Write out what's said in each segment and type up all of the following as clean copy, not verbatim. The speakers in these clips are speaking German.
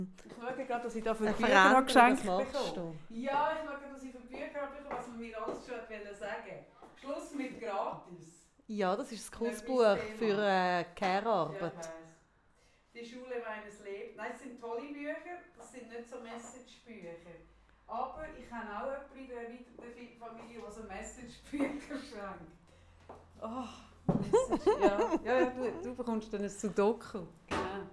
Ich schaue gerade, dass ich da für Bücher geschenkt bekomme. Ja, ich schaue, dass ich für Bücher bekomme, was man mir alles schon sagen. Schluss mit gratis. Ja, das ist ein cooles Buch für Care-Arbeit. Ja, die Schule meines Lebens. Nein, es sind tolle Bücher, das sind nicht so Message-Bücher. Aber ich habe auch jemanden in der erweiterten Familie, der so Message-Bücher schenkt. Oh, Message, ja, du bekommst dann ein Sudoku. Genau.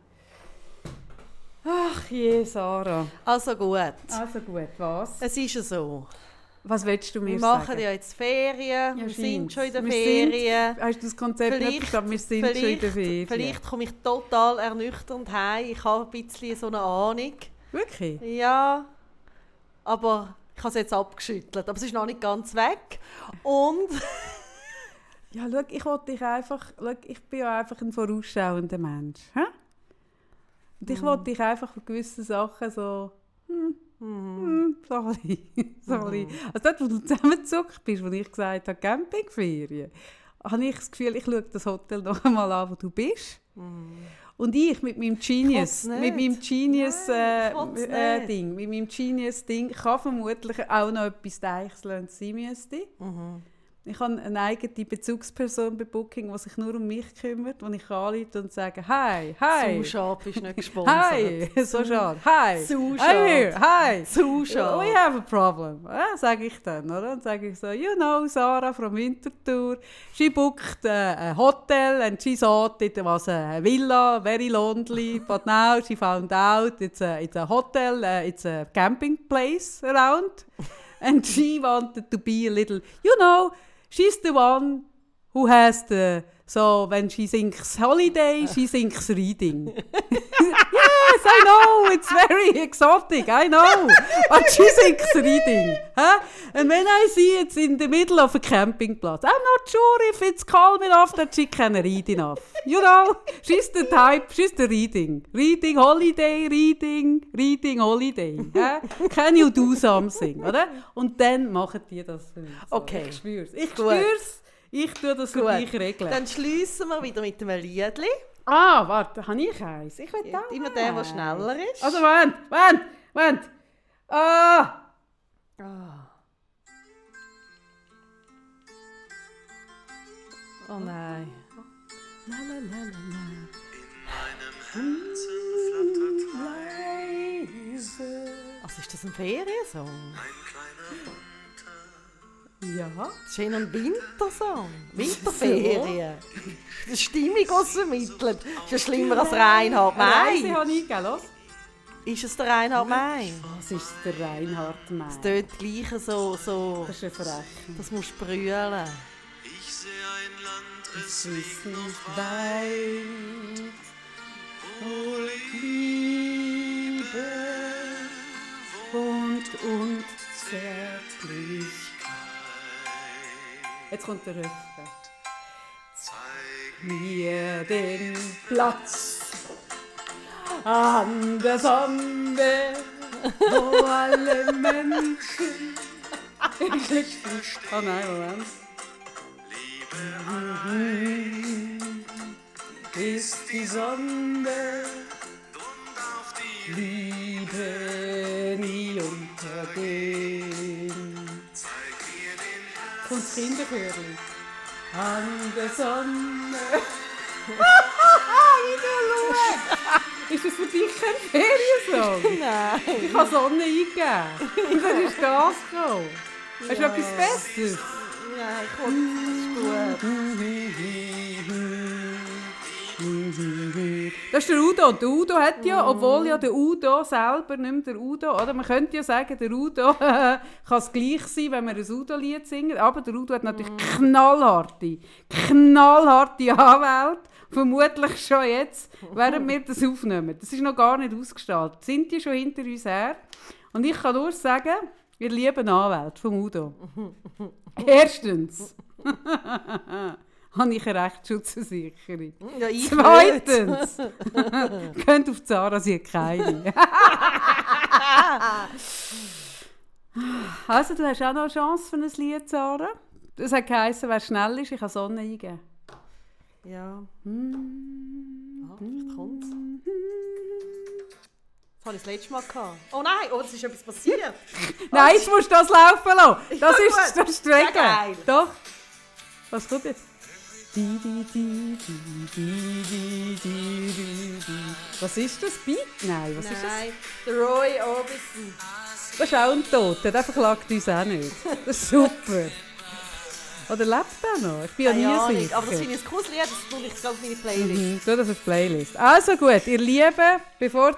Ach je, Sarah. Also gut, was? es ist ja so. Was willst du mir Wir sagen? machen ja jetzt Ferien, Ja, wir sind schon in der wir Ferien. Hast du das Konzept nicht verstanden? Wir sind schon in der Ferien. Vielleicht komme ich total ernüchternd heim. Ich habe ein bisschen so eine Ahnung. Wirklich? Ja, aber ich habe es jetzt abgeschüttelt. Aber es ist noch nicht ganz weg. Und Ja, schau, ich bin ja einfach ein vorausschauender Mensch. Hä? Und ich wollte dich einfach für gewisse Sachen so... so ein bisschen. Also dort, wo du zusammengezuckt bist, wo ich gesagt habe, Campingferien, habe ich das Gefühl, ich schaue das Hotel noch einmal an, wo du bist. Und ich mit meinem Genius-Ding kann vermutlich auch noch etwas deichseln sein müsste. Ich habe eine eigene Bezugsperson bei Booking, die sich nur um mich kümmert, wo ich anrufe und sage, hi. zu schade, bist nicht gesponsert. Hi, so schade. Hi, Zu I'm schade. here. Hi. Zu schade. We have a problem. Ja, sage ich dann, oder? Und sage ich so, you know, Sarah from Winterthur, she booked a hotel and she thought it was a villa, very lonely, but now she found out it's a hotel, it's a camping place around, and she wanted to be a little, you know, she's the one who has so when she thinks holiday, she thinks reading. Yes, I know, it's very exotic, I know, but she thinks reading. Huh? And when I see it's in the middle of a campingplatz, I'm not sure if it's calm enough that she can read enough. You know, she's the type, she's the reading. Reading, holiday, reading, holiday. Huh? Can you do something, oder? Und dann machen die das für mich. So. Okay. Ich spür's. Ich tue das für dich regeln. Dann schliessen wir wieder mit einem Liedli. Ah, warte, habe ich eins? Ich will Ja, immer der, der schneller ist. Also, Moment. Ah! Oh nein. La, la, la, la, la. In meinem Herzen flattert leise Also ist das ein Feriensong? ein kleiner Hunter. Ja. Das ist eher ein Wintersong. Winterferien. Die Stimmung ausvermittelt. Ist ja schlimmer als Reinhard Reise May. habe ich gegeben, los. Ist es der Reinhard May? Was ist der Reinhard May? Es tönt gleich so. Das ist ein Verbrechen. Das muss brüllen. Ich sehe ein Land, es ist liegt noch weit, wo Liebe wohnt und Zärtlichkeit. Jetzt kommt der Refrain. zeig Mir den Platz an der Sonne, wo alle Menschen Oh nein, Moment. Ist die Sonne und auf die Liebe nie untergehen. zeig mir den Platz. Kommt das Kinderchörli. An der Sonne. Wie du schaust. Ist das für dich kein Feriensong? Nein. Ich habe Sonne eingegeben. Und dann ist das gekommen. Hast du etwas Besseres? Nein, das ist gut. Das ist der Udo. Und der Udo hat ja, obwohl ja der Udo selber nicht mehr der Udo, oder man könnte ja sagen, der Udo kann es gleich sein, wenn wir ein Udo-Lied singen, aber der Udo hat natürlich knallharte Anwälte, vermutlich schon jetzt, während wir das aufnehmen. Das ist noch gar nicht ausgestaltet. Sind die schon hinter uns her? Und ich kann nur sagen, wir lieben Anwälte vom Udo. Erstens habe ich eine Rechtsschutzversicherung. Ja, ich Zweitens könnt auf Zara, sie hat keine. Also, du hast auch noch eine Chance für ein Lied, Zara. Das hat geheißen, wer schnell ist, ich kann Sonne eingeben. Ja. Vielleicht kommt's. habe ich das letzte Mal gehabt. Oh nein, oh, es ist etwas passiert. Nein, jetzt musst du das laufen lassen. Das Ja, ist gut. das ist die Regel. Ja, geil. Doch. Was kommt jetzt? Was ist das? Beat? Nein, was ist das? Nein, der Roy Orbison. Das ist auch ein Toter, der verklagt uns auch nicht. Das ist super. Oder lebt er noch? Ich bin ja nie Keine Ahnung, sicher. aber das finde ich ein cooles Lied, das tue ich auf meine Playlist. Tu das auf die Playlist. Also gut, ihr Lieben, bevor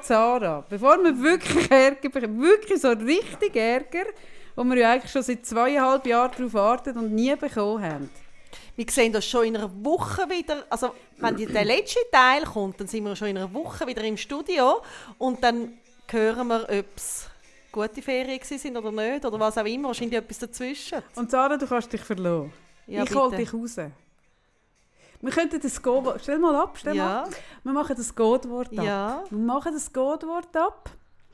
wir wirklich Ärger bekommen, wirklich so richtig Ärger, wo wir ja eigentlich schon seit 2,5 Jahren darauf warten und nie bekommen haben. Wir sehen das schon in einer Woche wieder, also wenn der letzte Teil kommt, dann sind wir schon in einer Woche wieder im Studio und dann hören wir, ob es gute Ferien waren oder nicht oder was auch immer, wahrscheinlich etwas dazwischen. Und Sarah, du kannst dich verlassen. Ja, ich hole bitte. dich raus. Wir könnten das Codewort... Stell mal ab. Ja. Wir machen das Codewort ab. Ja. Wir machen das Codewort ab,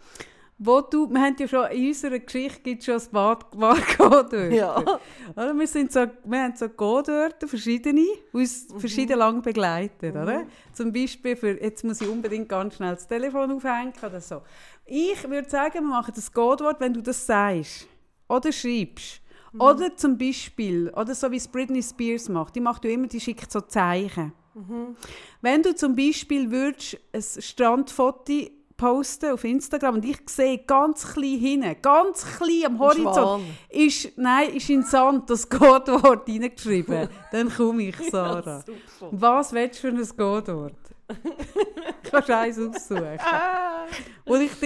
wo du... Wir haben ja schon in unserer Geschichte gibt schon ein paar Codewörter. Ja. Oder? Wir haben so Codewörter, verschiedene, die uns verschieden lang begleiten. Oder? Zum Beispiel für... Jetzt muss ich unbedingt ganz schnell das Telefon aufhängen oder so. Ich würde sagen, wir machen das Codewort, wenn du das sagst oder schreibst. Oder zum Beispiel, oder so wie es Britney Spears macht, die schickt so Zeichen. Wenn du zum Beispiel würdest ein Strandfoto posten auf Instagram und ich sehe ganz klein hinten, ganz klein am Horizont, ist in Sand das Codewort hineingeschrieben. Dann komme ich, Sarah. Ja, super. Was willst du für ein Codewort? Kannst du eins aussuchen. Und ich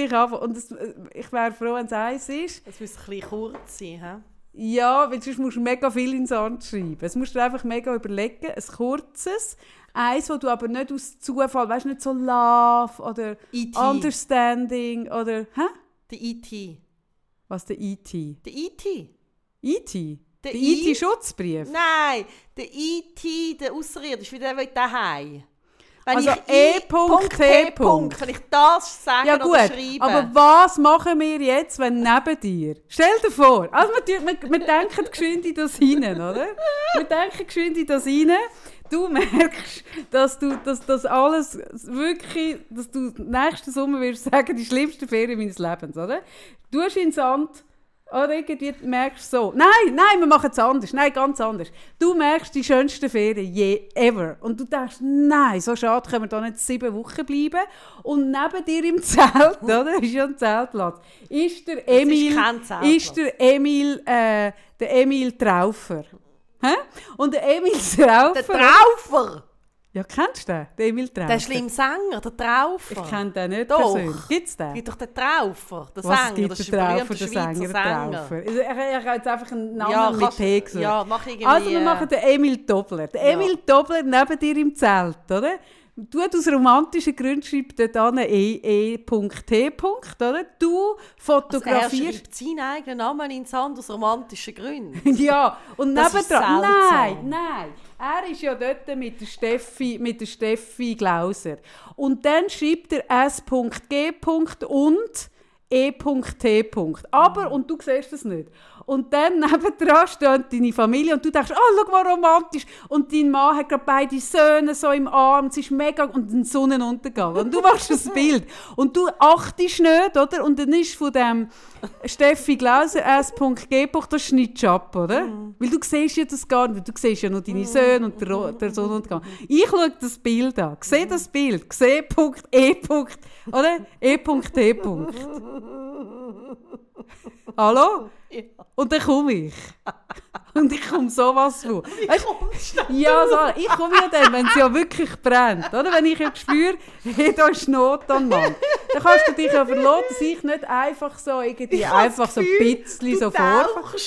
wäre froh, wenn es eins ist. Es müsste ein bisschen kurz sein, hä? Ja, weil sonst musst du mega viel ins Sand schreiben. Es musst du einfach mega überlegen. Ein kurzes, eins, wo du aber nicht aus Zufall, weißt du, nicht so Love oder E.T. Understanding oder... Hä? Der E.T. Was, der E.T.? Der E.T. E.T.? Der Der E.T.-Schutzbrief? Nein, der E.T., der Außerirdische, wie der will daheim. Wenn Also ich E.T. wenn ich das sage Ja oder gut, schreibe. aber was machen wir jetzt, wenn neben dir... Stell dir vor, also wir denken geschwind in das hinein, oder? Wir denken geschwind in das hinein. Du merkst, dass das alles wirklich, dass du nächsten Sommer wirst sagen, die schlimmste Ferien meines Lebens, oder? Du hast in den Sand, oder irgendwie merkst so, nein, wir machen es anders, nein, ganz anders. Du merkst die schönste Ferien ever. Und du denkst, nein, so schade, können wir da nicht 7 Wochen bleiben. Und neben dir im Zelt, oder, ist ja ein Zeltplatz, ist der Emil, kein Zeltplatz. der Emil Traufer. Hä? Und der Emil Traufer... Der Traufer! Ja, kennst du den? Den Emil Traufer? Der schlimme Sänger, der Traufer. Ich kenne den nicht Doch. persönlich. Gibt es den? Gibt doch den Traufer, der Was Sänger. gibt Das ist der ein Traufer, berühmter der Schweizer Sänger, der Traufer? Also, ich habe jetzt einfach einen Namen mit T gesucht. Ja, mach irgendwie... Also wir machen den Emil Dobler. Der Emil Dobler neben dir im Zelt, oder? Du aus romantischen Gründen schreibst dort an E.T. oder? Du Er fotografierst... schreibt seinen eigenen Namen in Sand aus romantischen Gründen. Ja, und Das ist nebendran... seltsam. Nein. Er ist ja dort mit der Steffi Glauser. Und dann schreibt er S.G. und E.T. Aber, und du siehst es nicht. Und dann nebendran steht deine Familie und du denkst, oh, schau mal romantisch. Und dein Mann hat gerade beide Söhne so im Arm, es ist mega, und ein Sonnenuntergang. Und du machst das Bild. Und du achtest nicht, oder? Und dann ist von dem Steffi Glauser S.G. das schneidest du ab, oder? Weil du siehst ja das gar nicht, du siehst ja nur deine Söhne und der Sonnenuntergang. Ich schaue das Bild an, sehe das Bild, sehe E. Oder? E.T. Hallo? Ja. Und dann komme ich. Und ich komme sowas von. Weißt, kommst du? ja, Sarah, ich komme ja dann, wenn es ja wirklich brennt. Oder? Wenn ich ja spüre, hey, da ist Not am Mann. Dann kannst du dich ja verlassen, dass ich nicht einfach so irgendwie einfach so ein bisschen so vor.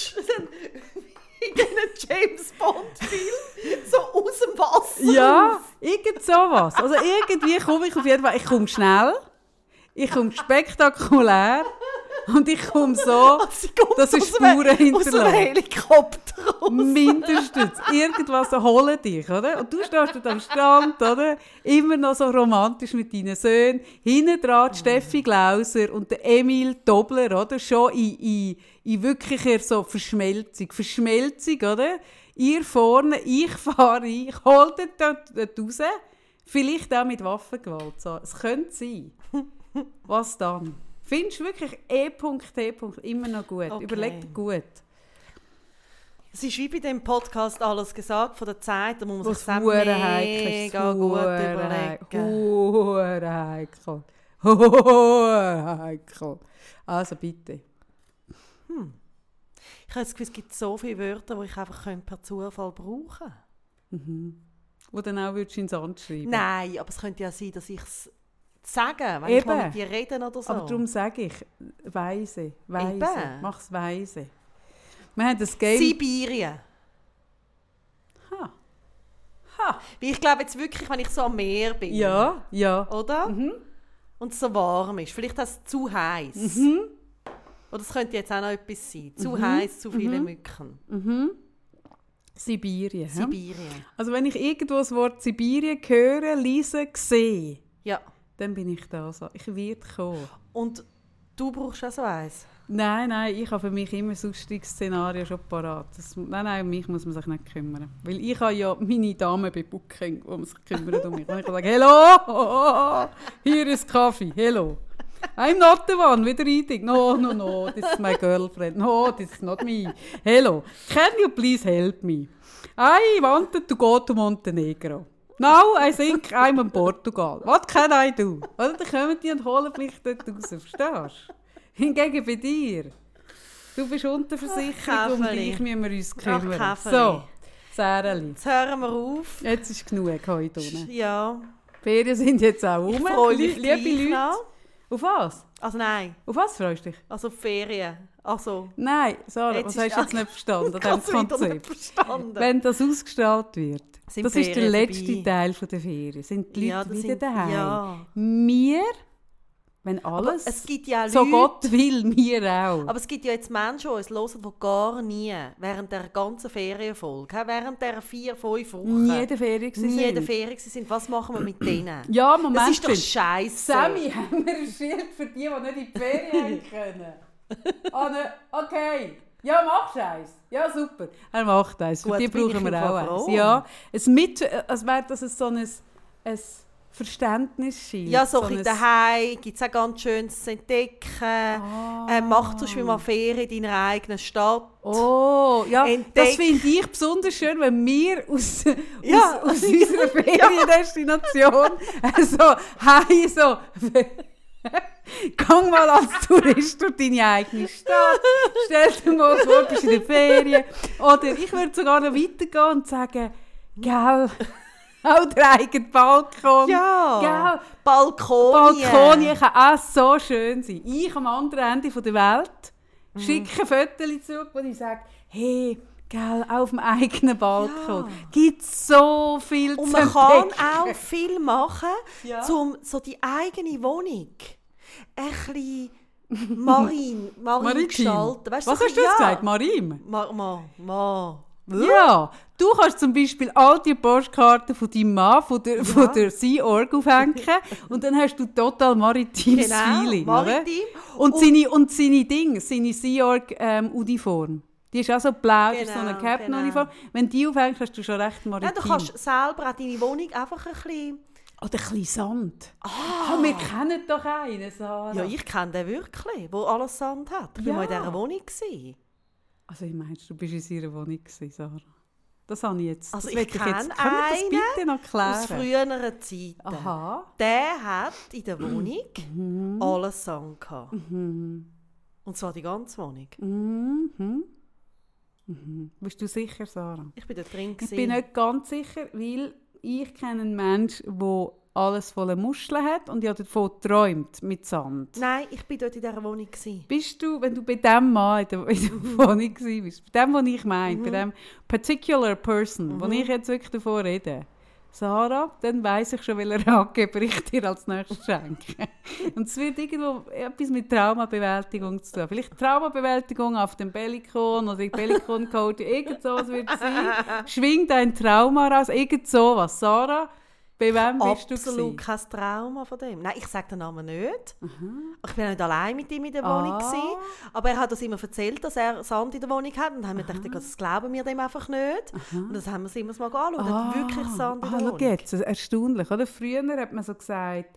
In einem James-Bond-Film so aus dem Wasser Ja, raus. irgend sowas. Also irgendwie komme ich auf jeden Fall. Ich komme schnell, ich komme spektakulär und ich komme so, Sie kommt dass es aus einem- Spuren Aus einem hinterlässt. Helikopter raus. Mindestens. Irgendwas holen dich, oder? Und du stehst dort am Strand, oder? Immer noch so romantisch mit deinen Söhnen. Hinten dran die Steffi Glauser und der Emil Dobler, oder? Schon in wirklicher so Verschmelzung. Verschmelzung, oder? Ihr vorne, ich fahre ein, ich hole dort raus. Vielleicht auch mit Waffengewalt. So. Es könnte sein. was dann? Findest du wirklich E.T. immer noch gut? Okay. Überleg dir gut. Es ist wie bei dem Podcast alles gesagt von der Zeit, da muss man Was sich das hure heikel ist. mega gut Hure überlegen. Hure heikel. Also bitte. Ich habe das Gefühl, es gibt so viele Wörter, die ich einfach per Zufall brauchen könnte. Wo dann auch würdest du ins Sand schreiben. Nein, aber es könnte ja sein, dass ich es sage, wenn ich mal mit dir rede oder so. Aber darum sage ich, weise. Eben. Mach es weise. Wir haben das Game... Sibirien. Ha. Weil ich glaube jetzt wirklich, wenn ich so am Meer bin, Ja. oder? Und es so warm ist, vielleicht ist es zu heiß. Oder es könnte jetzt auch noch etwas sein. Zu heiß, zu viele Mücken. Sibirien. hä? Sibirien. Also wenn ich irgendwo das Wort Sibirien höre, lese, sehe, Ja. dann bin ich da so. Ich werde kommen. Und du brauchst auch so eins? Nein, ich habe für mich immer sonstige Szenarien schon parat. Nein, um mich muss man sich nicht kümmern. Weil ich habe ja meine Dame bei Booking, die man sich kümmert um mich. Und ich kann sagen, hello, hier ist Kaffee, hello. I'm not the one with the reading. No, this is my girlfriend. No, this is not me. Hello, can you please help me? I wanted to go to Montenegro. Now I think I'm in Portugal. What can I do? Oder dann kommen die und holen mich dort raus, verstehst du? Hingegen bei dir. Du bist unter Versicherung, um dich müssen wir uns kümmern. Käferli. So, Säreli. Jetzt hören wir auf. Jetzt ist genug heute unten. Ja. Die Ferien sind jetzt auch Ich rum. freue mich Liebe gleich Leute. noch. Auf was? Also nein, Auf was freust du dich? also Ferien. Also, Nein, Sarah, Jetzt was ist hast du jetzt nicht verstanden ich an habe diesem es wieder nicht Konzept? verstanden. Wenn das ausgestrahlt wird, Sind das ist der Ferien letzte vorbei. Teil der Ferien. Sind die Ja, Leute das wieder sind- daheim? ja. Wir, wenn Aber alles es gibt ja so Leute, Gott will, wir auch. aber es gibt ja jetzt Menschen, die uns hören, die gar nie während der ganzen Ferienfolge, während der 4-5 Wochen, nie in der Ferien nie in der sind. Ferien sind. Was machen wir mit denen? Ja, Moment. Das ist doch Phil. scheiße. Sammy, haben wir ein Schild für die nicht in die Ferien haben können? Okay. Ja, mach Scheiß. Ja, super. Er macht eins. Für Gut, die bin brauchen ich wir im auch Fall froh. eins. Ja, als wäre das so ein Verständnisschild. Ja, so ein ein- bisschen daheim gibt es auch ganz Schönes zu entdecken. Mach zum Beispiel mal Ferien in deiner eigenen Stadt. Oh, ja, Entdeck. das finde ich besonders schön, wenn wir aus Ja. unserer Feriendestination so gang mal als Tourist durch deine eigene Stadt, stell dir mal vor, du bist in der Ferien. Oder ich würde sogar noch weitergehen und sagen, gell, auch der eigene Balkon. Ja, Gell, Balkonien. Balkonien kann auch so schön sein. Ich am anderen Ende der Welt schicke Fotos zurück, wo ich sage, hey, gell, auf dem eigenen Balkon. Gibt so viel Und zu man kann entdecken. auch viel machen, Ja. um so die eigene Wohnung ein bisschen marin gestalten. Weißt du, Was so hast du jetzt gesagt? Marim? Ja, du kannst zum Beispiel all die Postkarten von deinem Mann, von der Sea-Org aufhängen und dann hast du total maritimes Feeling. maritim. Oder? Und seine Dinge, seine Sea-Org-Uniform. Die ist auch so blau, das ist so eine Genau, Captain-Uniform. Wenn die aufhängst, hast du schon recht maritim. Ja, du kannst selber auch deine Wohnung einfach ein bisschen... Oder ein bisschen Sand. Wir kennen doch einen, Sarah. Ja, ich kenne den wirklich, der alles Sand hat. Ich war Ja. mal in dieser Wohnung. Gewesen. Also ich meinst, du bist in ihrer Wohnung gewesen, Sarah. Das habe ich jetzt. Also das ich will kenne jetzt. Können wir das einen bitte noch klären? Aus früheren Zeiten. Aha. Der hat in der Wohnung alles Sand gehabt. Und zwar die ganze Wohnung. Bist du sicher, Sarah? Ich bin da drin. Ich bin nicht ganz sicher, weil ich kenne einen Menschen, der alles voller Muscheln hat und ja davon träumt mit Sand. Nein, ich bin dort in dieser Wohnung. Gewesen. Bist du, wenn du bei dem Mann in der Wohnung warst, bei dem, was ich meine, bei dem particular person, wo ich jetzt wirklich davon rede, Sarah, dann weiss ich schon, welchen Ratgeber ich dir als nächstes schenke. Und es wird irgendwo etwas mit Traumabewältigung zu tun. Vielleicht Traumabewältigung auf dem Bellikon oder Bellikon-Coach, irgend sowas wird es sein. Schwing dein Trauma raus, irgend sowas. Sarah, bei wem bist du Absolut gewesen? kein Trauma von dem. Nein, ich sage den Namen nicht. Ich war nicht allein mit ihm in der Wohnung. Gewesen, aber er hat uns immer erzählt, dass er Sand in der Wohnung hat. Und dann haben wir gedacht, das glauben wir dem einfach nicht. Und das haben wir uns immer mal angeschaut. Er hat wirklich Sand in der Schau Wohnung. jetzt, erstaunlich. Oder? Früher hat man so gesagt,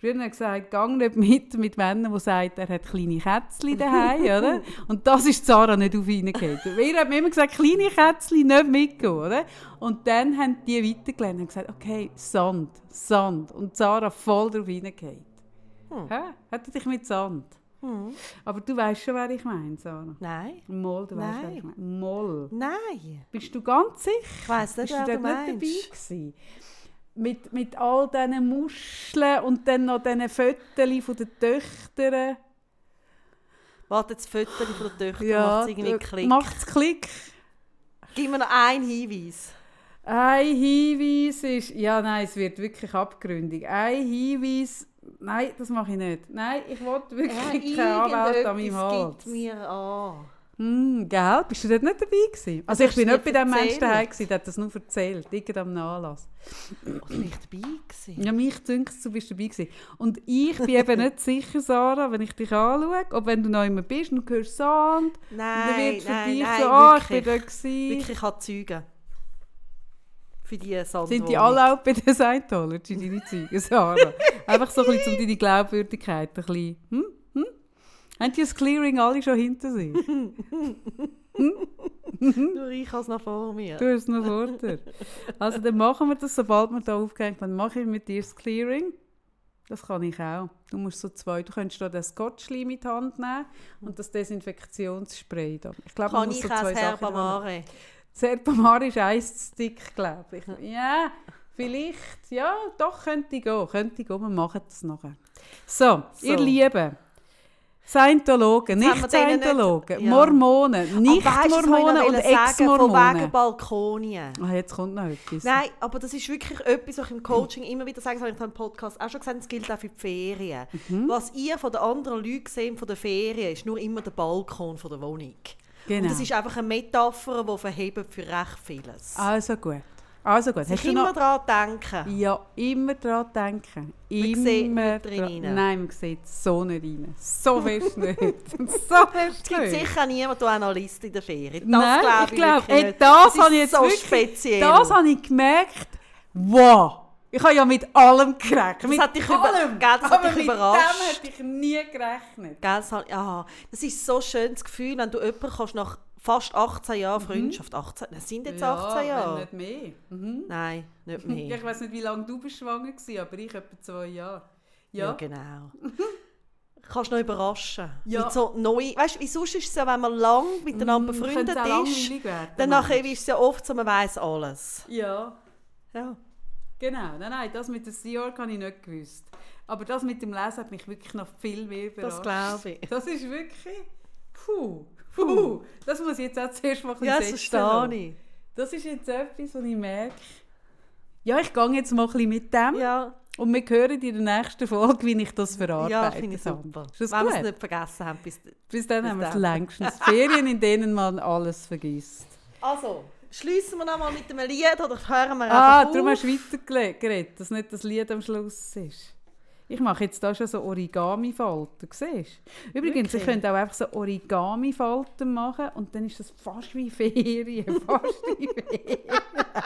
früher hat er gesagt, gang nicht mit Männern, die sagen, er hat kleine Kätzchen daheim, oder? Und das ist Sarah nicht auf ihn gegangen. Wir haben immer gesagt, kleine Kätzchen nicht mitgehen, oder? Und dann haben die weitergelernt und gesagt, okay, Sand. Und Sarah voll drauf hineingegangen. Hat er dich mit Sand? Aber du weißt schon, wer ich meine, Sarah. Nein. Moll, du weißt, wer ich meine. Moll. Nein. Bist du ganz sicher? Ich weiss nicht, Bist du wer dort du nicht dabei meinst. gewesen? Mit all diesen Muscheln und dann noch diesen Fotos von den Töchtern. Warte, das Foto von der Töchter Ja, macht irgendwie Klick. macht es Klick. Gib mir noch einen Hinweis. Ein Hinweis ist... Ja, nein, es wird wirklich abgründig. Ein Hinweis... Nein, das mache ich nicht. Nein, ich will wirklich keinen Anwalt an meinem Hals. Gibt mir an. Gell? Bist du dort nicht dabei gewesen? Also ich hast bin du nicht bei mir dem Menschen erzählt. daheim gewesen, der hat das nur erzählt, irgendeinem Anlass. Was bin ich dabei gewesen? Ja, mich dünkt, du bist dabei gewesen. Und ich bin eben nicht sicher, Sarah, wenn ich dich anschaue, ob wenn du noch immer bist und du hörst Sand, und dann wird für dich so, ich bin dort gewesen. Wirklich, ich habe Zeugen. Für die Sandwohnung. Sind die alle auch bei den Scientology, deine Zeugen, Sarah? Einfach so ein bisschen, um deine Glaubwürdigkeit ein bisschen... Haben die das Clearing alle schon hinter sich? Nur ich habe es noch vor mir. Du hast es noch vor dir. Also dann machen wir das, sobald wir da aufgehängt haben, mache ich mit dir das Clearing. Das kann ich auch. Du musst du könntest da den Scotch-Leim in die Hand nehmen und das Desinfektionsspray da. Ich glaube, man Kann muss ich so auch zwei das Sachen haben. Herbamare? Das Herbamare ist eins zu dick, glaube ich. Ja, vielleicht. Ja, doch, könnte ich gehen. Wir machen das nachher. So. Ihr Lieben. Scientologen, Jetzt haben wir denen Nicht-Scientologen, nicht- ja. Mormonen, Nicht-Mormonen und Von wegen Ex-Mormonen. Balkonien. Jetzt kommt noch etwas. Nein, aber das ist wirklich etwas, was ich im Coaching immer wieder sage, das habe ich im Podcast auch schon gesagt, es gilt auch für die Ferien. Was ihr von den anderen Leuten seht von der Ferien, ist nur immer der Balkon von der Wohnung. Genau. Und das ist einfach eine Metapher, die verhebt für recht vieles. Also gut. Hast du immer noch... daran denken. Ja, immer daran denken. Man sieht Immer nicht drin rein. Nein, man sieht so nicht rein. So fest nicht. So fest Es gibt nicht. sicher niemand, der auch noch liest in der Ferien. Das Nein, glaube ich glaube, wirklich nicht. das ist habe ich jetzt so wirklich... speziell. Das habe ich gemerkt. Wow! Ich habe ja mit allem gerechnet. Mit hat dich allem. gell, das hat Aber dich mit überrascht. dem hätte ich nie gerechnet. Gell, das ist so ein schönes Gefühl, wenn du jemanden kannst nach fast 18 Jahren Freundschaft, 18, das sind jetzt 18 Jahre. Wenn nicht mehr. Mhm. Nein, nicht mehr. Ich weiß nicht, wie lange du bist schwanger warst, aber ich etwa 2 Jahre. Ja, genau. Kannst noch überraschen. Ja. Mit so neu, weißt du, wie sonst ist es ja, wenn man lang miteinander befreundet könnte auch ist, langweilig werden, dann meinst nachher ist es ja oft so, man weiss alles. Ja, Ja. genau. Nein, das mit dem York habe ich nicht gewusst. Aber das mit dem Lesen hat mich wirklich noch viel mehr überrascht. Das glaube ich. Das ist wirklich... Puh. Das muss ich jetzt auch zuerst mal ein Ja, bisschen das setzen verstehe lassen. ich. Das ist jetzt etwas, was ich merke. Ja, ich gehe jetzt mal ein bisschen mit dem. Ja, Und wir hören in der nächsten Folge, wie ich das verarbeite. ja finde ich super. Ist das Wenn wir es gut? nicht vergessen haben. Bis dann haben wir es dann. längstens. Ferien, in denen man alles vergisst. Also, schliessen wir nochmal mit einem Lied oder hören wir Ah, einfach darum auf? hast du weitergeredet, dass nicht das Lied am Schluss ist. Ich mache jetzt da schon so Origami-Falten, siehst du? Übrigens, Wirklich? ich könnte auch einfach so Origami-Falten machen und dann ist das fast wie Ferien. Fast wie Ferien.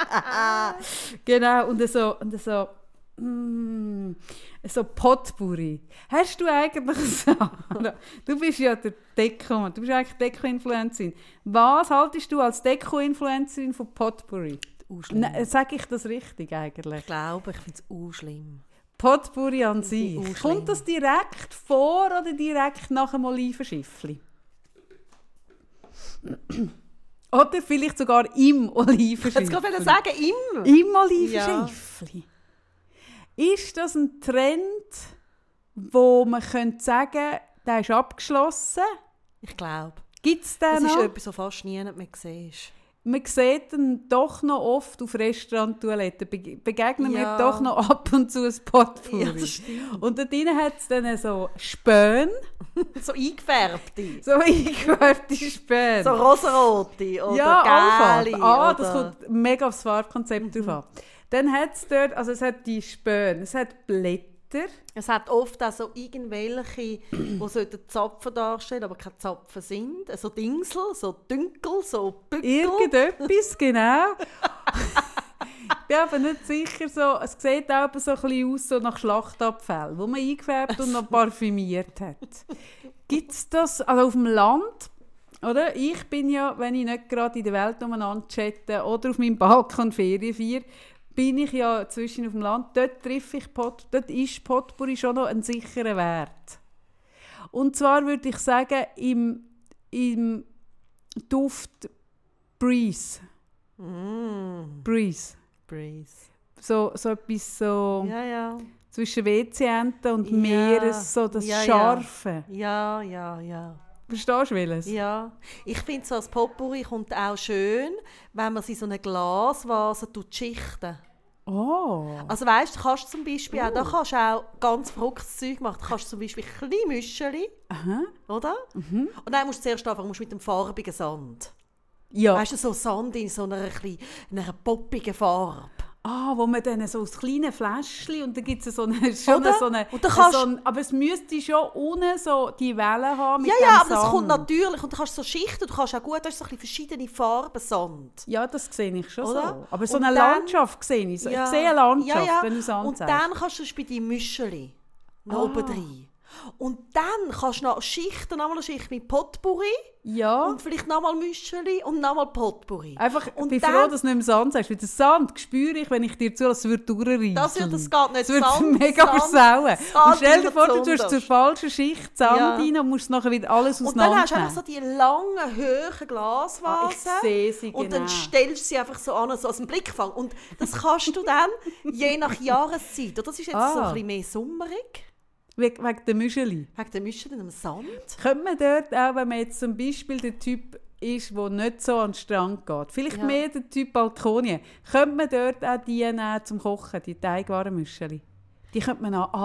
Genau, und so Potpourri. Hast du eigentlich so... Du bist ja der Deko, du bist eigentlich Deko-Influencerin. Was haltest du als Deko-Influencerin von Potpourri? Sage ich das richtig eigentlich? Ich glaube, ich finde es schlimm. Potpourri an sich. schlimm. Kommt das direkt vor oder direkt nach dem Olivenschiffli? Oder vielleicht sogar im Olivenschiffli? Jetzt gerade sagen, immer. Im Olivenschiffli. Ist das ein Trend, wo man könnte sagen, der ist abgeschlossen? Ich glaube. Gibt es den Das ist noch? etwas, was fast niemand mehr siehst. Man sieht ihn doch noch oft auf Restauranttoiletten. Begegnen Ja. wir doch noch ab und zu ein Potpourri. Ja, das stimmt. Und da drin hat es dann so Späne, So eingefärbte. so eingefärbte Späne. So rosarote oder ja, gelbe. das oder... kommt mega aufs Farbkonzept drauf an. Dann hat es dort, also es hat die Späne, es hat Blätter. Es hat oft auch so irgendwelche, die Zapfen darstellen, aber keine Zapfen sind. So Dingsel, so Dünkel, so Bückel. Irgendetwas, genau. bin aber nicht sicher, so, es sieht auch so ein bisschen aus so nach Schlachtabfällen, wo man eingefärbt und noch parfümiert hat. Gibt es das also auf dem Land? Oder? Ich bin ja, wenn ich nicht gerade in der Welt umeinander chatte oder auf meinem Balkon Ferien feiere, bin ich ja zwischen auf dem Land. Dort dort ist Potpourri schon noch ein sicherer Wert. Und zwar würde ich sagen, im Duft Breeze. Breeze. So etwas so Ja. zwischen WC-Ente und Ja. Meeres, so das Ja. Scharfe. Ja. Verstehst du, welches? Ja. Ich finde, so als Potpourri kommt auch schön, wenn man sie in so eine Glasvase schichten. Oh. Also weißt, du kannst zum Beispiel auch, da kannst du auch ganz verrücktes Zeug machen. Du kannst zum Beispiel ein bisschen Müscheli, oder? Und dann musst du zuerst anfangen mit dem farbigen Sand. Ja. Weißt du, so Sand in so einer poppigen Farbe. Wo man dann so aus kleinen Fläschchen und dann gibt es so eine, schon Oder? so eine, Und dann kannst- so ein, aber es müsste schon unten so die Wellen haben mit Ja, dem aber Sand. es kommt natürlich und du kannst so Schichten, du kannst auch gut, du hast so ein bisschen verschiedene Farben Sand. Ja, das sehe ich schon Oder? so. Aber so Und eine dann- Landschaft sehe ich. So. Ja. Ich sehe eine Landschaft, Ja. wenn du es Und anzeigst. dann kannst du bei die Müscheli noch oben rein. Und dann kannst du noch nochmal eine Schicht mit Potpourri Ja. und vielleicht nochmal Müscheli und nochmal Potpourri. Einfach, und ich bin dann- froh, dass du nicht mehr Sand sagst. Weil den Sand spüre ich, wenn ich dir zu, als es würde durchreissen. Das geht nicht. Es wird Sand, mega Sand, versauen. Sand Und stell dir immer vor, du tust zuunterst. zur falschen Schicht Sand Ja. rein und musst nachher wieder alles Und dann hast du auseinandernehmen. einfach so die langen, hohen Glasvasen. Ich sehe sie, Und dann genau. stellst du sie einfach so an, so als einen Blickfang. Und das kannst du dann, je nach Jahreszeit, oder? Das ist jetzt so ein bisschen mehr sommerig, Wegen der Müscheli. wegen der Mischung und dem Sand. Könnte man dort auch, wenn man jetzt zum Beispiel der Typ ist, der nicht so an den Strand geht, vielleicht Ja. mehr der Typ Balkonien, könnte man dort auch die nehmen zum Kochen, die Teigwarenmüscheli. Die könnte man auch...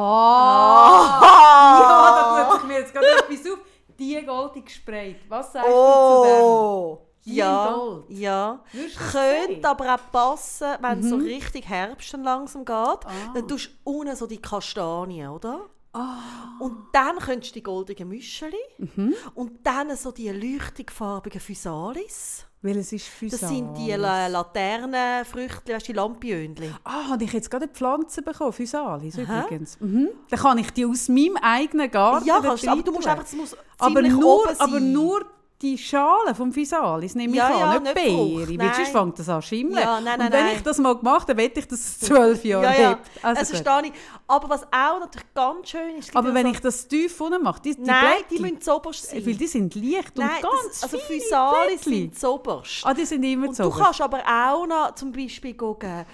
Ja, da tut sich mir jetzt gerade etwas auf. Die goldig gesprayt. Was sagst du zu dem? Ja, Gold. ja. Würdest du das sehen? Könnte aber auch passen, wenn es so richtig Herbst dann langsam geht. Dann tust du unten so die Kastanien, oder? Und dann könntest du die goldigen Müscheli und dann so die leuchtigfarbigen Physalis. Welches ist Physalis? Das sind die Laternenfrüchte, weißt du, die Lampiönchen. Habe ich jetzt gerade eine Pflanze bekommen, Physalis übrigens. Dann kann ich die aus meinem eigenen Garten Ja, dort kannst, aber du musst reintun. einfach, es muss aber ziemlich nur, oben sein. aber nur die Schale vom Physalis nehme ich Ja, an, ja, nicht nicht die Frucht, Beere, weil nein. sonst fängt das an zu schimmeln. Ja, nein, und wenn nein. ich das mal gemacht habe, wette ich, dass es 12 Jahre Ja, hebt. Also das gut. verstehe ich. Aber was auch natürlich ganz schön ist... es gibt Aber ja wenn so- ich das tief unten mache, die Nein, die Blättchen, müssen zoberst sein. weil die sind leicht und Nein, ganz also feine Physalis Blättchen. sind zoberst. Die sind immer Und so. du kannst aber auch noch zum Beispiel gehen,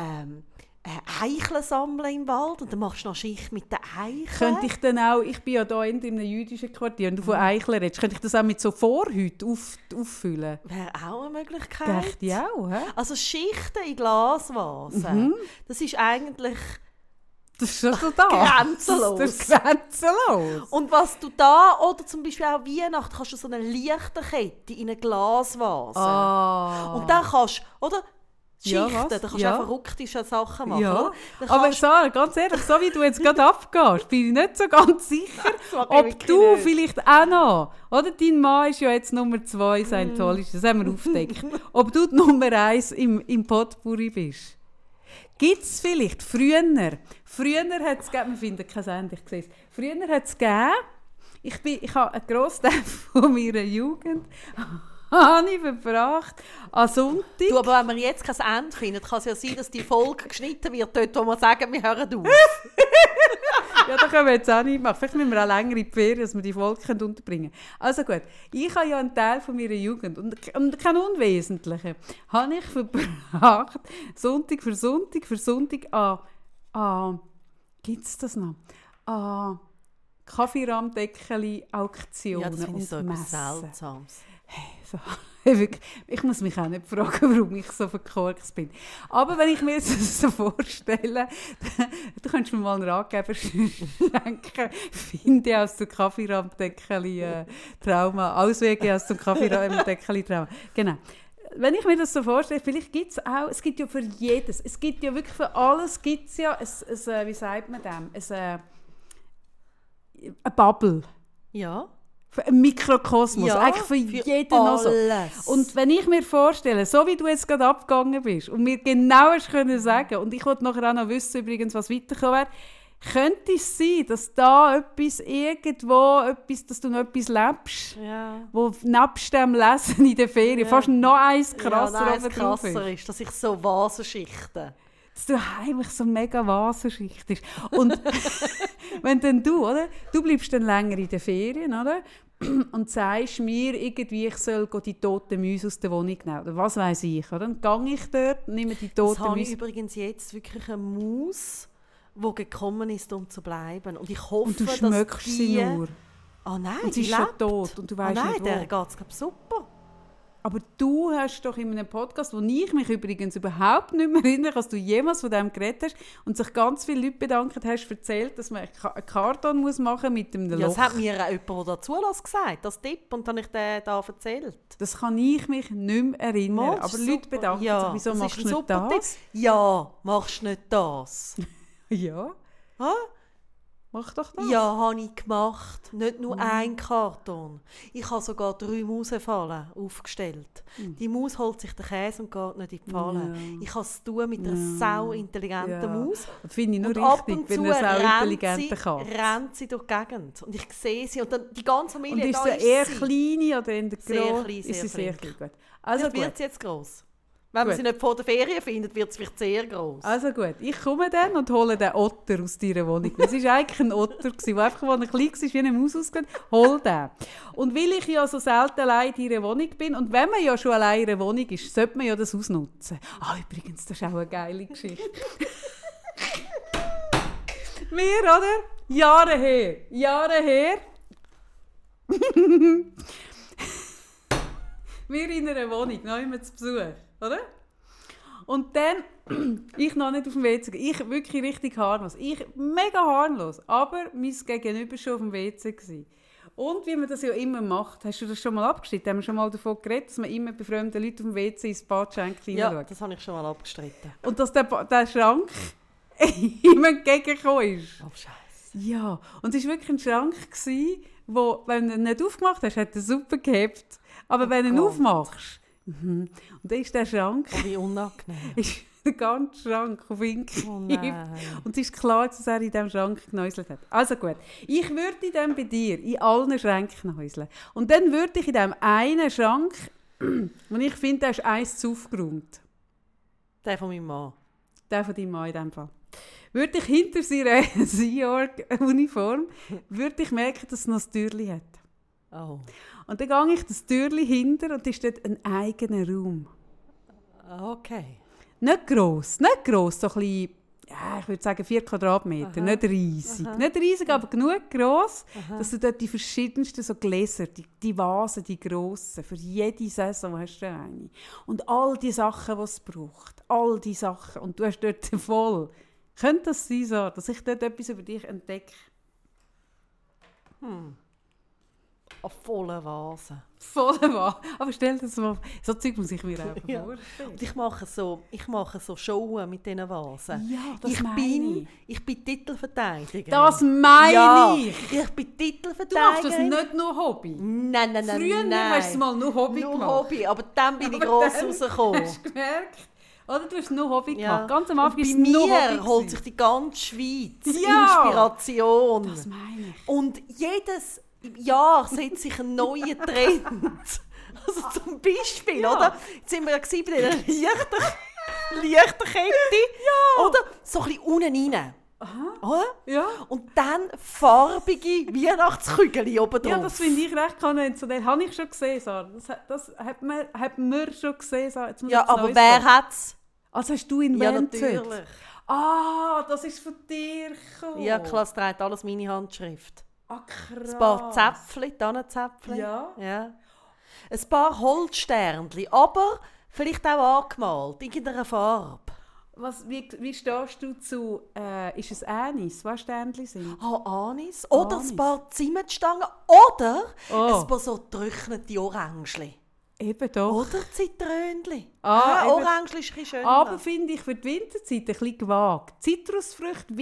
Eicheln sammeln im Wald und dann machst du noch Schicht mit den Eicheln. Könnte ich dann auch, ich bin ja hier in einem jüdischen Quartier und du von Eicheln redest, könnte ich das auch mit so Vorhäuten auffüllen? Wäre auch eine Möglichkeit. Dachte ich auch, hä? Also Schichten in Glasvasen, das ist eigentlich... Das ist schon so da. Grenzenlos. Das ist grenzenlos. Und was du da, oder zum Beispiel auch Weihnachten, kannst du so eine Lichterkette in eine Glasvase. Und dann kannst du, oder? Ja, Schichten, was? da kannst du Ja. auch verrückte Sachen machen. Ja, Oder? Dann aber kannst- Sarah, ganz ehrlich, so wie du jetzt gerade abgehst, bin ich nicht so ganz sicher, Das mag ich ob wirklich du nicht. vielleicht auch noch, oder dein Mann ist ja jetzt Nummer 2 Scientologist, das haben wir aufgedeckt, ob du die Nummer 1 im Potpourri bist. Gibt es vielleicht früher hat es gegeben, wir finden kein Ende, ich sehe es, früher hat es gegeben, ich habe einen Großteil von meiner Jugend habe ich verbracht an Sonntag. Du, aber wenn wir jetzt kein Ende finden, kann es ja sein, dass die Folge geschnitten wird, dort, wo wir sagen, wir hören auf. Ja, das können wir jetzt auch nicht machen. Vielleicht müssen wir auch länger in die Ferien, dass wir die Folge unterbringen können. Also gut, ich habe ja einen Teil von meiner Jugend, und kein Unwesentlichen, habe ich verbracht, Sonntag für Sonntag an gibt es das noch? An Kaffeerahmdeckeli-Auktionen Ja, das finde ich so und etwas Messen. Seltsames. So, wirklich, ich muss mich auch nicht fragen, warum ich so verkorkst bin. Aber wenn ich mir jetzt das so vorstelle, du könntest mir mal einen Ratgeber schenken, finde aus dem Kaffeerahmdeckeli Trauma, Auswege aus dem Kaffeerahmdeckeli Trauma. Genau. Wenn ich mir das so vorstelle, vielleicht gibt es auch, es gibt ja für jedes, es gibt ja wirklich für alles, gibt es ja, wie sagt man dem, eine Bubble. Ja. Für einen Mikrokosmos, Ja, eigentlich für jeden noch so. alles. Und wenn ich mir vorstelle, so wie du jetzt gerade abgegangen bist und mir genau hast können sagen, und ich wollte nachher auch noch wissen, übrigens, was weitergekommen wäre, könnte es sein, dass da etwas irgendwo, dass du noch etwas lebst, Ja. wo nebst dem Lesen in der Ferien fast noch eins krasser ja, oben drauf ist. krasser ist, dass ich so Vasenschichten. Dass du heimlich so mega Vasenschicht bist. Und wenn dann du bleibst dann länger in den Ferien, oder? Und sagst mir irgendwie, ich soll die toten Mäuse aus der Wohnung nehmen. Oder was weiss ich, oder? Dann gehe ich dort, nehme die Das toten habe ich Mäuse. übrigens jetzt wirklich eine Maus, die gekommen ist, um zu bleiben. Und ich hoffe, Und du dass schmeckst die... sie nur. Ah nein, Und sie die ist schon lebt. tot und du weißt nein, nicht wo. der geht es super. Aber du hast doch in einem Podcast, wo ich mich übrigens überhaupt nicht mehr erinnere, dass du jemals von dem geredet hast und sich ganz viele Leute bedankt hast, erzählt, dass man einen Karton muss machen mit einem Loch. Ja, das hat mir auch jemand, der da zulässt, gesagt, das Tipp, und dann habe ich den da erzählt. Das kann ich mich nicht mehr erinnern. Mal, Aber das ist Leute super. bedanken Ja, sich. Wieso das machst ist du ein nicht super das? Tipp. Ja, machst du nicht das? Ja, Ha? mach doch das. Ja, habe ich gemacht. Nicht nur ein Karton. Ich habe sogar 3 Mausefallen aufgestellt. Die Maus holt sich den Käse und geht nicht in die Falle. Ja. Ich habe es tun mit einer sau intelligenten Ja. Maus. Das finde ich nur Und ab richtig, und wenn zu eine sau intelligente Katze. rennt sie durch die Gegend. Und ich sehe sie. Und dann die ganze Und Familie, ist da sie eher sie. kleine oder in der Sehr groß? klein, Ist sehr sie sehr flink. klein? Gut. Also Also gut. wird sie jetzt gross. Wenn man Gut. sie nicht vor der Ferien findet, wird sie vielleicht sehr gross. Also gut, ich komme dann und hole den Otter aus deiner Wohnung. Es war eigentlich ein Otter, der einfach, als er klein war, wie eine Maus ausgeht. Hol den. Und weil ich ja so selten allein in deiner Wohnung bin, und wenn man ja schon allein in einer Wohnung ist, sollte man ja das ausnutzen. Ah, übrigens, das ist auch eine geile Geschichte. Wir, oder? Jahre her. Wir in einer Wohnung, noch immer zu Besuch, oder? Und dann, ich noch nicht auf dem WC, ich wirklich richtig harmlos, ich mega harmlos, aber mein Gegenüber schon auf dem WC gewesen. Und wie man das ja immer macht, hast du das schon mal abgestritten? Haben wir schon mal davon geredet, dass man immer bei fremden Leuten auf dem WC ins Badschenk Ja, hineinschaut? das habe ich schon mal abgestritten. Und dass der Schrank ihm entgegengekommen ist. Oh, Scheiße. Ja, und es war wirklich ein Schrank, wo, wenn du ihn nicht aufgemacht hast, hat er super gehabt. Aber wenn du ihn Gott. aufmachst, und dann ist der Schrank, Oh, wie unangenehm. ist der ganze Schrank auf ihn Oh gekippt. nein. Und es ist klar, dass er in diesem Schrank genäuselt hat. Also gut, ich würde dann bei dir in allen Schränken näuseln. Und dann würde ich in diesem einen Schrank, und ich finde, der ist eins zu aufgeräumt, Der von meinem Mann. der von deinem Mann in diesem Fall, würde ich hinter seiner Sea-Org-Uniform würde ich merken, dass es noch ein Türchen hat. Oh. Und dann gehe ich das Türchen hinter und ist dort ein eigener Raum. Okay. Nicht gross, so ein bisschen, ja, ich würde sagen 4 Quadratmeter, nicht riesig. Nicht riesig, aber genug gross, dass du dort die verschiedensten so Gläser, die Vasen, die grossen, für jede Saison hast du eine. Und all die Sachen, die es braucht, all die Sachen. Und du hast dort voll. Könnte das sein, so, dass ich dort etwas über dich entdecke? Eine volle Vase. Voll wahr. Aber stell dir das mal, so Zeug muss ich mir einfach Ja. vorstellen. Und ich mache so Showen mit diesen Vasen. Ja, das ich meine bin Titelverteidigerin. Das meine ja, ich! ich bin Du Titelverteidigerin. machst das nicht nur Hobby. Nein. Früher hast du es mal nur Hobby nur gemacht. Hobby, aber dann bin ich Aber gross dann rausgekommen. Hast du gemerkt? Oder du hast nur Hobby Ja. gemacht. Ganz am Anfang Und ist bei es nur mir Hobby. holt sich die ganze Schweiz Ja. Inspiration. Das meine ich. Und jedes Jahr setzt sich ein neuer Trend. Also zum Beispiel, Ja. oder? Jetzt sind wir ja gewesen bei dieser Lichterkette. Oder? So ein bisschen unten rein. Oder? Ja. Und dann farbige Weihnachtskügel oben drauf. Ja, das finde ich recht konventionell. Habe ich schon gesehen, Sarah. Das hat man schon gesehen, Sarah. Jetzt muss Ja, etwas aber Neues wer sagen. hat es? Also hast du Ja, invented? natürlich. Ah, das ist von dir gekommen. Ja, klar, es trägt alles meine Handschrift. Ah, krass. Ein paar Zäpfchen, Tannenzäpfchen. Ja. Ja. Ein paar Holzsternchen, aber vielleicht auch angemalt, in irgendeiner Farbe. Wie stehst du zu, ist es Anis, was Sternchen sind? Anis. Oder Anis. ein paar Zimtstangen. Oder Oh. ein paar so getrocknete Orangen. Eben doch. Oder Zitrönchen. Ah, eben. Orangen ist ein bisschen schöner. Aber finde ich für die Winterzeit ein bisschen gewagt. Zitrusfrüchte,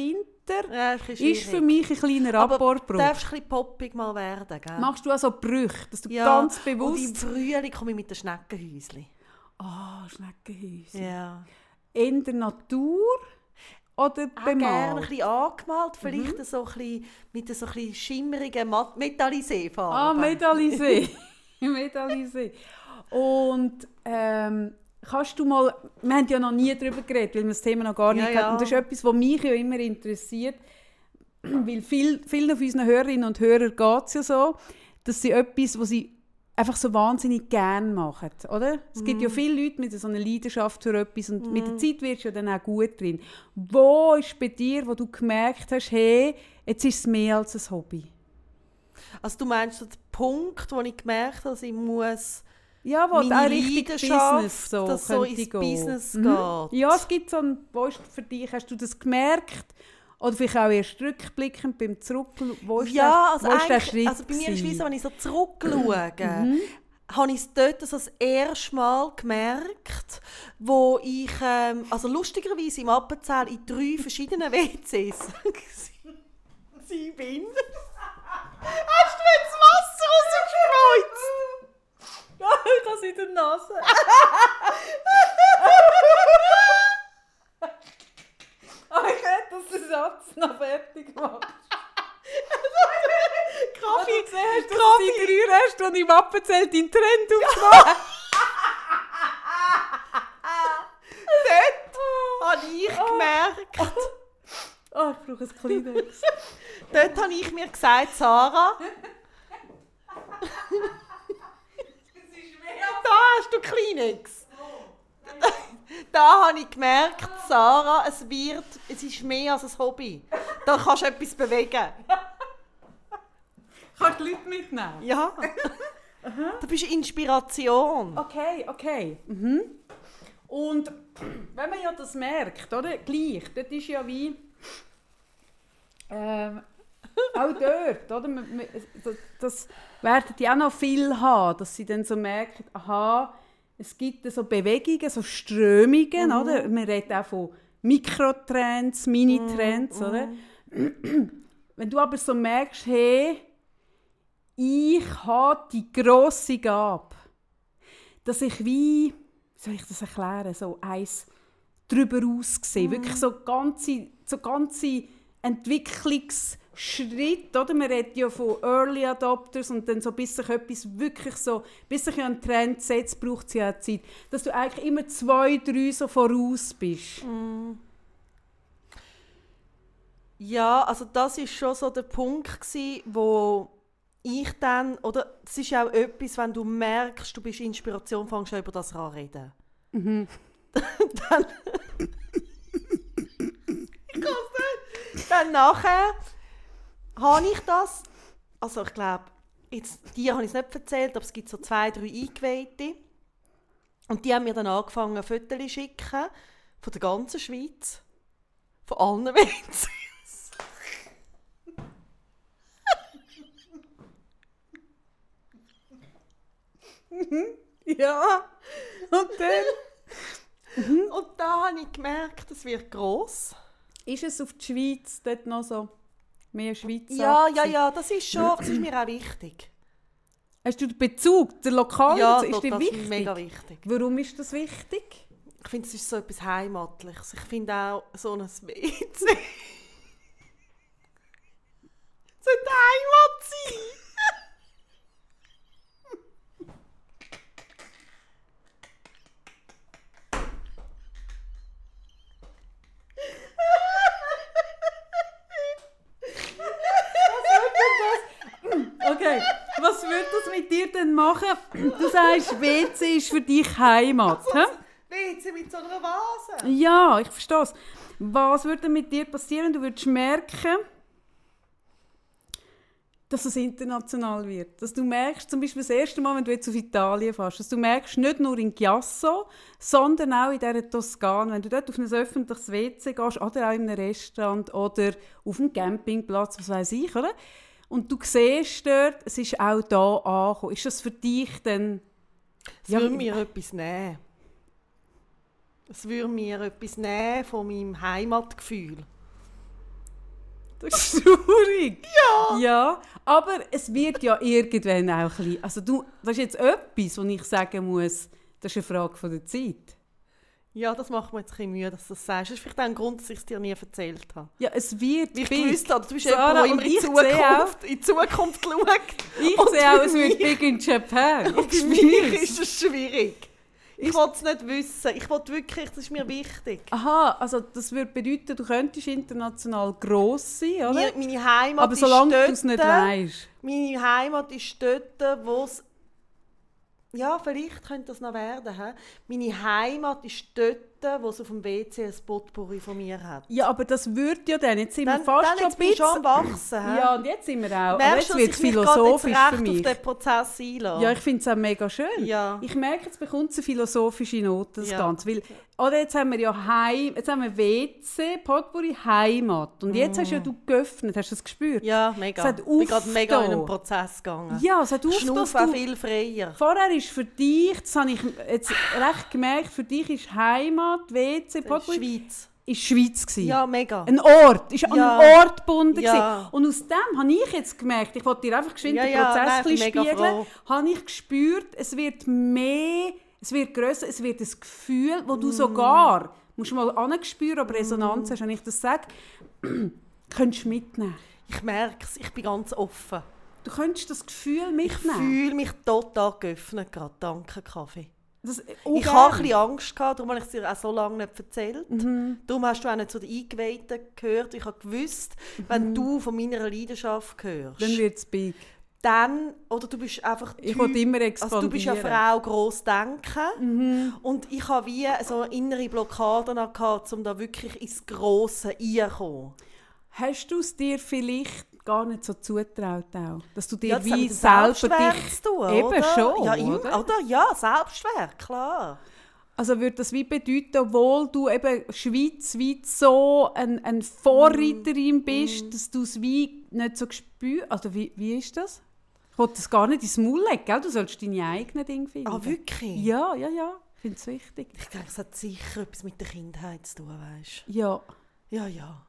Ja, ist ein bisschen ist für schwierig. mich ein kleiner Aber Abbruch. du darfst ein bisschen poppig mal werden, gell? Machst du also Brüche, dass du Ja, ganz und im bewusst... Frühling komme ich mit den Schneckenhäuschen. Schneckenhäuser. Ja. In der Natur oder Auch gerne ein bemalt? bisschen angemalt, vielleicht so ein bisschen, mit so ein bisschen schimmerigen Metallisee-Farben. Medaillisee. Medaillisee. Und kannst du mal... Wir haben ja noch nie darüber geredet, weil wir das Thema noch gar nicht Ja, hatten. Und das ist etwas, was mich ja immer interessiert, weil vielen von unseren Hörerinnen und Hörern geht es ja so, dass sie etwas, was sie einfach so wahnsinnig gerne machen, oder? Es gibt ja viele Leute mit so einer Leidenschaft für etwas und mit der Zeit wirst du ja dann auch gut drin. Wo ist bei dir, wo du gemerkt hast, hey, jetzt ist es mehr als ein Hobby? Also du meinst so den Punkt, wo ich gemerkt habe, dass ich muss Ja, wo meine auch richtig Leidenschaft, Business so dass so könnte ins gehen. Business geht. Ja, es gibt so ein, wo ist für dich, hast du das gemerkt? Oder vielleicht auch erst rückblickend beim Zurückschauen, wo ist Ja, der, wo ist der eigentlich, Schritt also bei mir ist es wie gewesen? so, wenn ich so zurückschaue, habe ich es dort so das erste Mal gemerkt, wo ich, also lustigerweise im Appenzell in 3 verschiedenen WCs sie bin. Hast du mir das Wasser rausgespritzt? Ja, ich habe es in der Nase. Ich hätte das den Satz noch fertig gemacht. Kaffee, Du siehst, dass du die 3 hast, die im Appenzell deinen Trend aufgemacht. habe ich gemerkt. Oh, ich brauche ein Kleenex. Dort habe ich mir gesagt, Sarah, da hast du Kleenex. Da habe ich gemerkt, Sarah, es ist mehr als ein Hobby. Da kannst du etwas bewegen. Kannst du Leute mitnehmen? Ja. Du bist Inspiration. Okay. Und wenn man ja das merkt, oder? Gleich, dort ist ja wie... auch dort, oder? Das werden die auch noch viel haben, dass sie dann so merken, aha, es gibt so Bewegungen, so Strömungen, oder? Man redet auch von Mikrotrends, Mini-Trends, oder? Wenn du aber so merkst, hey, ich habe die grosse Gabe, dass ich wie soll ich das erklären, so eins drüber ausgesehen. Wirklich so ganze Entwicklungsschritte, oder? Man redet ja von Early Adopters und dann so, bis sich etwas wirklich so, bis sich ein Trend setzt, braucht es ja auch Zeit. Dass du eigentlich immer 2, 3 so voraus bist. Ja, also das war schon so der Punkt, wo ich dann, oder das ist auch etwas, wenn du merkst, du bist Inspiration, fängst du über das an reden. Dann nachher habe ich das, also ich glaube, dir habe ich es nicht erzählt, aber es gibt so 2, 3 Eingeweihte. Und die haben mir dann angefangen, Fotos zu schicken von der ganzen Schweiz, von allen WCs. Ja, und dann? Und da habe ich gemerkt, es wird gross. Ist es auf die Schweiz dort noch so mehr Schweizer? Ja, das ist mir auch wichtig. Hast du den Bezug, der lokale Ja, Bezug, ist dir das wichtig? ist mega wichtig. Warum ist das wichtig? Ich finde, es ist so etwas Heimatliches. Ich finde auch so ein WC sollte Heimat sein. Okay, was würde das mit dir denn machen? Du sagst, WC ist für dich Heimat. Hä? WC mit so einer Vase. Ja, ich verstehe es. Was würde mit dir passieren? Du würdest merken, dass es international wird. Dass du merkst, zum Beispiel das erste Mal, wenn du jetzt auf Italien fährst, dass du merkst, nicht nur in Chiasso, sondern auch in dieser Toskana. Wenn du dort auf ein öffentliches WC gehst, oder auch in einem Restaurant oder auf einem Campingplatz, was weiß ich, oder? Und du siehst dort, es ist auch da angekommen. Ist das für dich dann... Es würde mir etwas nehmen. Es würde mir etwas nehmen von meinem Heimatgefühl. Das ist traurig. Ja, aber es wird ja irgendwann auch ein bisschen... Also das ist jetzt etwas, wo ich sagen muss, das ist eine Frage von der Zeit. Ja, das macht mir jetzt ein bisschen Mühe, dass du das sagst. Das ist vielleicht auch ein Grund, dass ich es dir nie erzählt habe. Ja, es wird Wie ich big. gewusst habe, du bist Sarah, jemand, der immer und ich sehe in die Zukunft schaut. Ich Und sehe auch, für es wird mich- big in Japan. Und Ich für mich schwöre. ist es schwierig. Ich will es nicht wissen. Ich will wirklich, das ist mir wichtig. Aha, also das würde bedeuten, du könntest international gross sein, oder? Meine Heimat Aber ist solange du dort, es nicht weißt. Meine Heimat ist dort, wo es... Ja, vielleicht könnte das noch werden. He? Meine Heimat ist dort, wo es auf dem WC ein Potpourri von mir hat. Ja, aber das würde ja dann, jetzt sind wir Dann fast schon jetzt ein bin ich schon bisschen... am Wachsen. He? Ja, und jetzt sind wir auch. Aber Merkst jetzt du, wird dass es ich mich gerade philosophisch jetzt für recht mich. auf den Prozess einlasse? Ja, ich finde es auch mega schön. Ja. Ich merke, jetzt bekommt es eine philosophische Note, das Ja. Ganze. Weil, oder jetzt haben wir ja jetzt haben wir WC, Potpourri, Heimat. Und jetzt hast ja du geöffnet, hast du das gespürt? Ja, mega. Es hat Ich bin gerade mega in aufgetan. einen Prozess gegangen. Ja, es hat Ich aufgetan, dass schnaufe auch du... viel freier. Vorher ist für dich, das habe ich jetzt recht gemerkt, für dich ist Heimat, WC, Potpourri, Schweiz. ist Schweiz gewesen. Ja, mega. Ein Ort, ist an Ja. einen Ort gebunden Ja. gewesen. Und aus dem habe ich jetzt gemerkt, ich wollte dir einfach geschwind Ja, den ja, Prozess nein, ein ich bin bisschen mega spiegeln, froh. habe ich gespürt, es wird mehr, es wird grösser, es wird ein Gefühl, wo du sogar, musst mal angespürt, ob Resonanz hast, wenn ich das sage, könntest du mitnehmen. Ich merke es, ich bin ganz offen. Du könntest das Gefühl Ich mitnehmen. fühle mich total geöffnet gerade. Danke, Kaffee. Das, Ich hatte ein bisschen Angst, darum habe ich es dir auch so lange nicht erzählt. Darum hast du auch nicht zu den Eingeweihten gehört. Ich habe gewusst, wenn du von meiner Leidenschaft hörst, dann wird es big. dann, oder du bist einfach Ich will immer also du bist ja expandieren. Frau, gross denken. Und ich habe wie so innere Blockaden gehabt, um da wirklich ins Grosse reinzukommen. Hast du es dir vielleicht gar nicht so zutraut auch? Dass du dir Ja, das hat wie mit dem selber Selbstwert dich... zu tun, Eben oder? schon, Ja, oder? oder? Ja, Selbstwert, klar. Also würde das wie bedeuten, obwohl du eben schweizweit so eine Vorreiterin bist, dass du es wie nicht so spürst? Also wie ist das? Ich wollte das gar nicht ins Maul legen, gell? Du sollst deine eigenen Dinge finden. Ah, wirklich? Ja. Ich finde es wichtig. Ich denke, es hat sicher etwas mit der Kindheit zu tun, weißt Ja. du? Ja.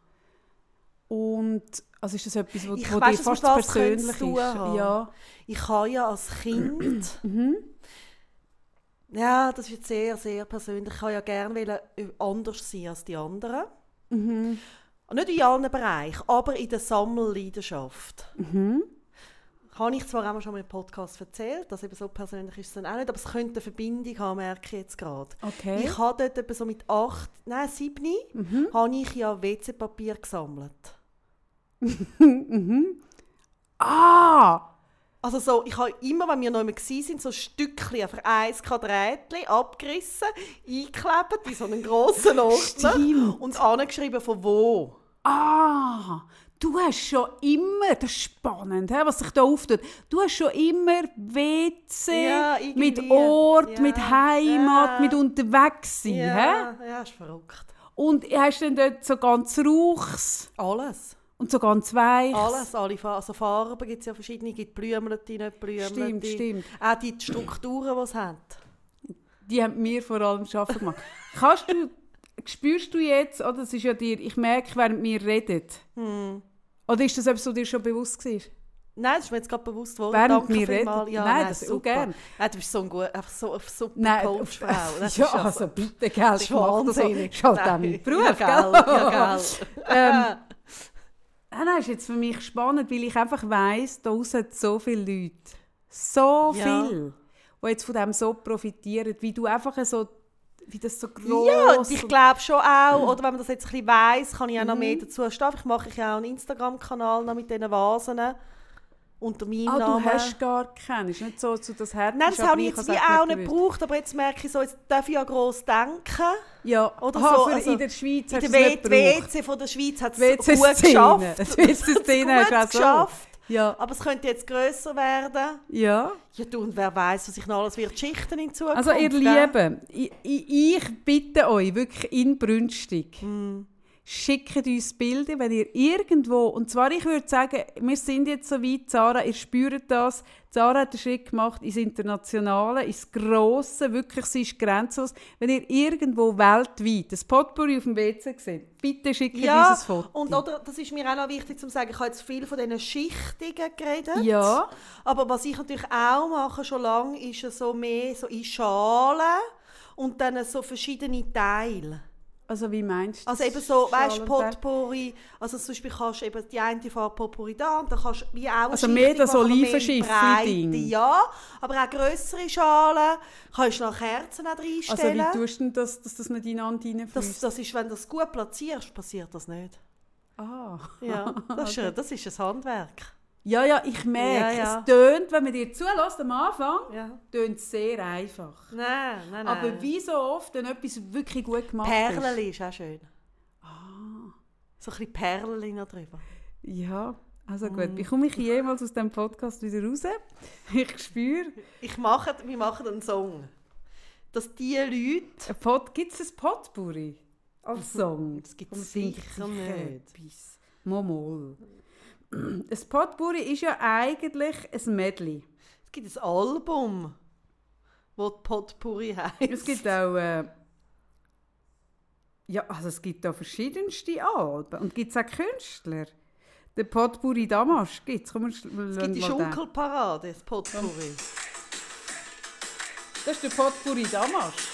Und also ist das etwas, wo Ich dir weiss, dass fast wir das persönlich zu ist? tun haben. Ja. Ich habe ja als Kind... Ja, das ist jetzt sehr, sehr persönlich. Ich wollte ja gerne anders sein als die anderen. Und nicht in allen Bereichen, aber in der Sammelleidenschaft. Habe ich zwar auch mal schon mal im Podcast erzählt, dass eben so persönlich ist es dann auch nicht, aber es könnte eine Verbindung haben, merke ich jetzt gerade. Okay. Ich habe dort etwa so mit 7 habe ich ja WC-Papier gesammelt. Ah! Also so, ich habe immer, wenn wir noch einmal waren, so Stückchen, einfach 1 Quadrätchen abgerissen, eingeklebt in so einen grossen Ordner Stimmt. und angeschrieben von wo. Ah! Du hast schon immer, das ist spannend, was sich da auftut. Du hast schon immer WC Ja, irgendwie. mit Ort, Ja, mit Heimat, ja. mit unterwegs sein. Ja, ist verrückt. Und hast dann dort so ganz Rauchs Alles. und so ganz Weichs. Alles, also Farben gibt es ja verschiedene, gibt Blümchen, nicht Blümchen. Stimmt. Auch die Strukturen, die es hat. Die haben mir vor allem schaffen gemacht. Spürst du jetzt, oder das ist ja dir, ich merke, während wir reden, oder ist das etwas, was dir schon bewusst war? Nein, das ist mir jetzt gerade bewusst geworden. Während Danke wir vielmals. reden? Ja, Nein, das auch super. gern. Nein, du bist so einfach so eine super Nein, Coachfrau. Das ja, ist also bitte, gell, das ich ist mache das so. wahnsinnig. Ist halt auch Nein. mein Beruf, Ja, gell? Ja, Nein, ist jetzt für mich spannend, weil ich einfach weiss, da draussen hat so viele Leute, so Ja. viele, die jetzt von dem so profitieren, wie du einfach so, wie das so gross... Ja, und ich glaube schon auch, oder wenn man das jetzt ein bisschen weiss, kann ich auch noch mehr dazu stehen. Ich mache ja auch einen Instagram-Kanal noch mit diesen Vasen unter meinem Namen. du hast gar keinen, ist nicht so, dass du das Herz Nein, das habe ich jetzt wie auch nicht gebraucht, aber jetzt merke ich so, jetzt darf ich ja gross denken. Ja, Oder aha, so, für also in der Schweiz In hast der du es nicht gebraucht. WC von der Schweiz hat es WC-Szene. gut geschafft. Die WC-Szene hast du auch gut so. geschafft. Ja. Aber es könnte jetzt grösser werden. Ja. Ja, du, und wer weiß, was sich noch alles wird schichten in Zukunft. Also ihr gell? Lieben, ich bitte euch wirklich inbrünstig, schickt uns Bilder, wenn ihr irgendwo, und zwar ich würde sagen, wir sind jetzt so weit, Sarah, ihr spürt das, Sarah hat den Schritt gemacht ins Internationale, ins Grosse, wirklich, sie ist grenzenlos. Wenn ihr irgendwo weltweit ein Potpourri auf dem WC seht, bitte schickt uns ein Foto. Und oder, das ist mir auch noch wichtig zu sagen, ich habe jetzt viel von diesen Schichtungen geredet. Ja. Aber was ich natürlich auch mache, schon lange, ist so mehr so in Schalen und dann so verschiedene Teile. Also wie meinst du? Also eben so, weißt du, Schalen- Potpourri, also zum Beispiel kannst du eben die eine Farbe Potpourri da und dann kannst du wie auch Also eine mehr Schichtung das machen, aber mehr in Olivenschiff-Ding. Breite, ja, aber auch grössere Schalen, kannst du noch Kerzen auch Also reinstellen. wie tust du denn das, dass das nicht ineinander reinfließt? das ist, wenn du das gut platzierst, passiert das nicht. Ah. Ja, das ist ein Handwerk. Ja, ich merke, Ja. es tönt, wenn man dir zulässt am Anfang, Ja. tönt es sehr einfach. Nein. Aber wie so oft, wenn etwas wirklich gut gemacht Perlen ist. ist auch schön. So ein bisschen Perlen noch drüber. Ja, also gut. Wie komme ich jemals aus diesem Podcast wieder raus? Ich spüre. Wir machen einen Song. Dass die Leute... Gibt es ein Potpourri als Song? Das gibt Komm, es sing sicher nicht. etwas. Mal. Das Potpourri ist ja eigentlich ein Medley. Es gibt ein Album, das Potpourri heisst. Es gibt auch... es gibt auch verschiedenste Alben. Und gibt es auch Künstler? Der Potpourri Damasch gibt es. Es gibt die Schunkelparade, das Potpourri. Das ist der Potpourri Damasch.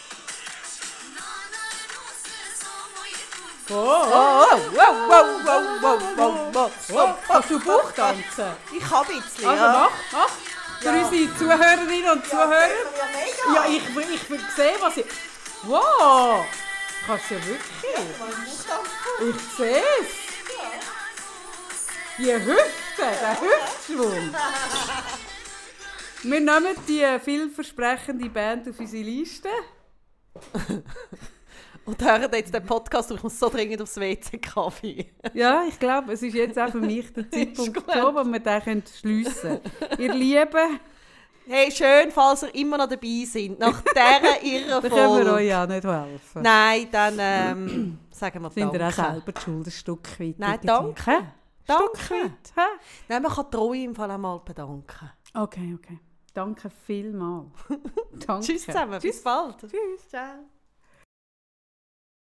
Kannst du Bauch tanzen? Ich kann ein bisschen, Also mach. Für unsere Zuhörerinnen und Zuhörer. Ja, Ja, ich will sehen, was ich... Wow! Kannst du ja wirklich. Ich sehe es. Die Hüfte, der Hüftschwung. Wir nehmen die vielversprechende Band auf unsere Liste. Und hören jetzt den Podcast und ich muss so dringend aufs WC-Kaffee. Ja, ich glaube, es ist jetzt auch für mich der Zeitpunkt gut. gekommen, wo wir den schliessen können. Ihr Lieben, Hey, schön, falls ihr immer noch dabei seid. Nach dieser irren da können wir Folge. euch auch nicht helfen. Nein, dann sagen wir Sind ihr auch danke. selber die Schuld, ein Stück weit? Nein, irgendwie? danke. Hä? Danke. Stück weit, hä? Nein, man kann Treue im Fall auch mal bedanken. Okay. Danke vielmals. Danke. Tschüss zusammen, bis bald. Tschüss. Ciao.